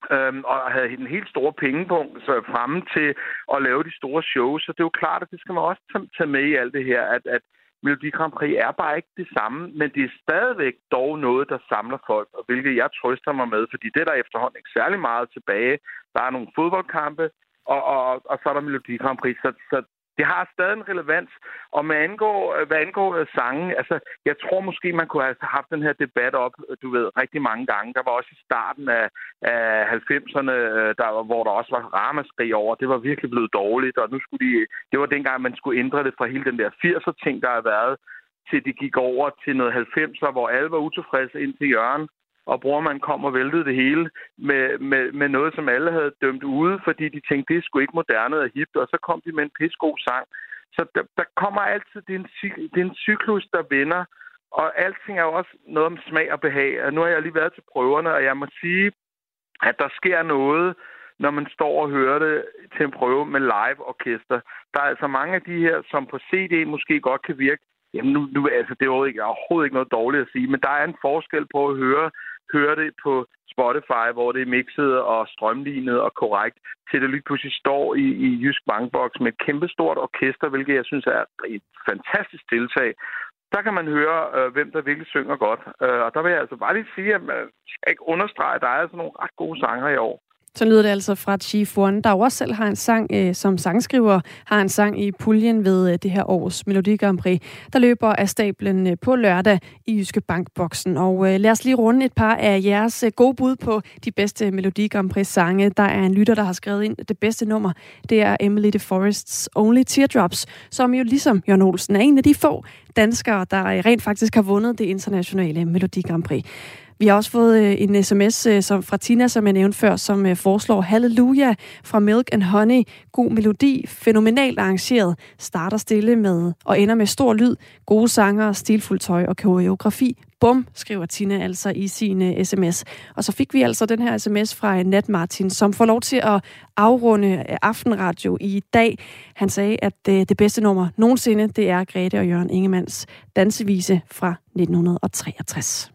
Speaker 14: Øhm, og havde en helt store pengepunkt så fremme til at lave de store shows. Så det er jo klart, at det skal man også tage med i alt det her, at, at Melodi Grand Prix er bare ikke det samme, men det er stadigvæk dog noget, der samler folk, og hvilket jeg trøster mig med, fordi det er der efterhånden ikke særlig meget tilbage. Der er nogle fodboldkampe, og, og, og så er der Melodi Grand Prix, så, så det har stadig en relevans. Og med angår, hvad angår sange, altså, jeg tror måske, man kunne have haft den her debat op, du ved, rigtig mange gange. Der var også i starten af, af halvfemserne, der, hvor der også var ramaskrig over. Det var virkelig blevet dårligt, og nu skulle de, det var dengang, man skulle ændre det fra hele den der firser-ting, der har været, til de gik over til noget halvfemser, hvor alle var utilfredse ind til hjørnet. Og brormand kom og væltede det hele med, med, med noget, som alle havde dømt ude, fordi de tænkte, det er sgu ikke moderne og hipt, og så kom de med en pissegod sang. Så der, der kommer altid, det er, en, det er en cyklus, der vender, og alting er jo også noget om smag og behag. Og nu har jeg lige været til prøverne, og jeg må sige, at der sker noget, når man står og hører det til en prøve med live-orkester. Der er altså mange af de her, som på C D måske godt kan virke. Jamen nu, nu altså, det er jo ikke, overhovedet ikke noget dårligt at sige, men der er en forskel på at høre høre det på Spotify, hvor det er mixet og strømlignet og korrekt, til det lige pludselig står i, i Jysk Bankbox med et kæmpestort orkester, hvilket jeg synes er et fantastisk tiltag. Der kan man høre, øh, hvem der virkelig synger godt. Øh, og der vil jeg altså bare lige sige, at man skal ikke understrege, at der er altså nogle ret gode sanger i år.
Speaker 1: Så lyder det altså fra Chief One, der jo også selv har en sang, øh, som sangskriver, har en sang i puljen ved øh, det her års Melodi Grand Prix, der løber af stablen øh, på lørdag i Jyske Bankboksen. Og øh, lad os lige runde et par af jeres øh, gode bud på de bedste Melodi Grand Prix sange. Der er en lytter, der har skrevet ind, det bedste nummer, det er Emily de Forest's Only Teardrops, som jo ligesom Jørgen Olsen er en af de få danskere, der rent faktisk har vundet det internationale Melodi Grand Prix. Vi har også fået en sms som fra Tina, som jeg nævnte før, som foreslår Halleluja fra Milk and Honey. God melodi, fænomenalt arrangeret, starter stille med og ender med stor lyd, gode sanger, stilfuldt tøj og koreografi. Bum, skriver Tina altså i sin sms. Og så fik vi altså den her sms fra Nat Martin, som får lov til at afrunde Aftenradio i dag. Han sagde, at det bedste nummer nogensinde, det er Grete og Jørgen Ingemanns dansevise fra nitten treogtres.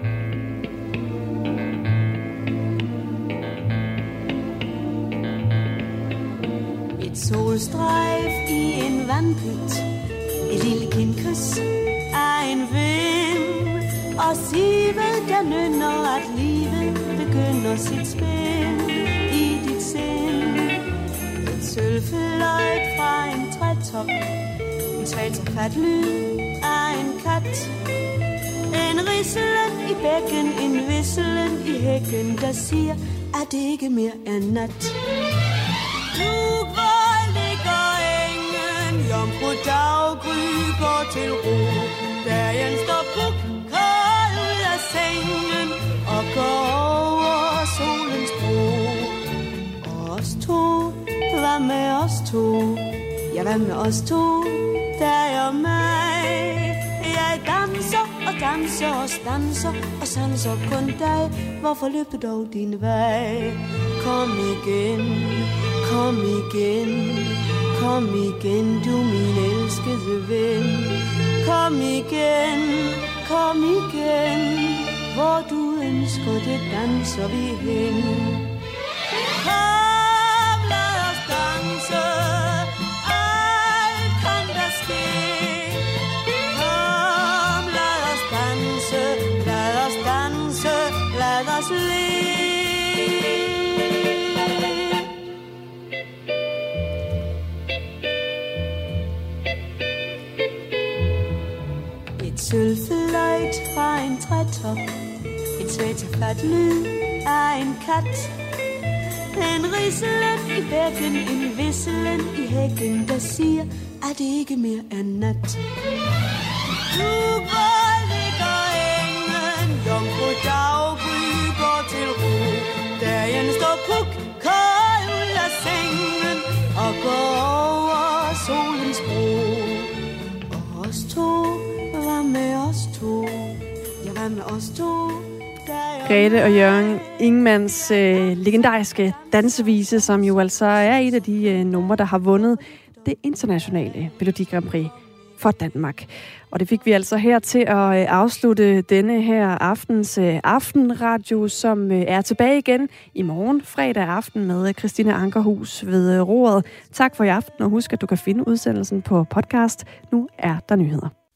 Speaker 15: Et solstrejf i en vandpyt, et lille kindkys af en vind, og sivel, der nynner, at livet begynder sit spil i dit sind. Et sølvfløjt fra en trætop, en trætofat lyd af en kat, en rislen i bækken, en visselen i hækken, der siger, at det ikke mere er nat. Nu hvor ligger engen, jomfru daggry går til ro, dagen står puk, kold ud af sengen og går over solens bro. Og os to, hvad med os to? Ja, hvad med os to? Dig og mig. Jeg danser og danser og stanser og sanser kun dig. Hvorfor løber dog din vej? Kom igen, kom igen, kom igen, du min elskede ven. Kom igen, kom igen, hvor du ønsker det, danser vi hen. Kom, lad os danse, alt kan der ske. Kom, lad os danse, lad os danse, lad os le. Sølvfløjt fra en trætop, en svæteflat lyd af en kat, en rislen i bækken, en visselen i hækken, der siger, at det ikke mere er nat. Nu hvor ligger engen, jomfru daggry går til ro, dagen står puk, kold ud af sengen og går over solens bro. Og os to, hvad med os to? Ja, hvad med os to?
Speaker 1: Grete og Jørgen Ingemanns øh, legendariske dansevise, som jo altså er et af de øh, numre, der har vundet det internationale Melodi Grand Prix for Danmark. Og det fik vi altså her til at afslutte denne her aftens aftenradio, som er tilbage igen i morgen fredag aften med Christina Ankerhus ved roret. Tak for i aften, og husk, at du kan finde udsendelsen på podcast. Nu er der nyheder.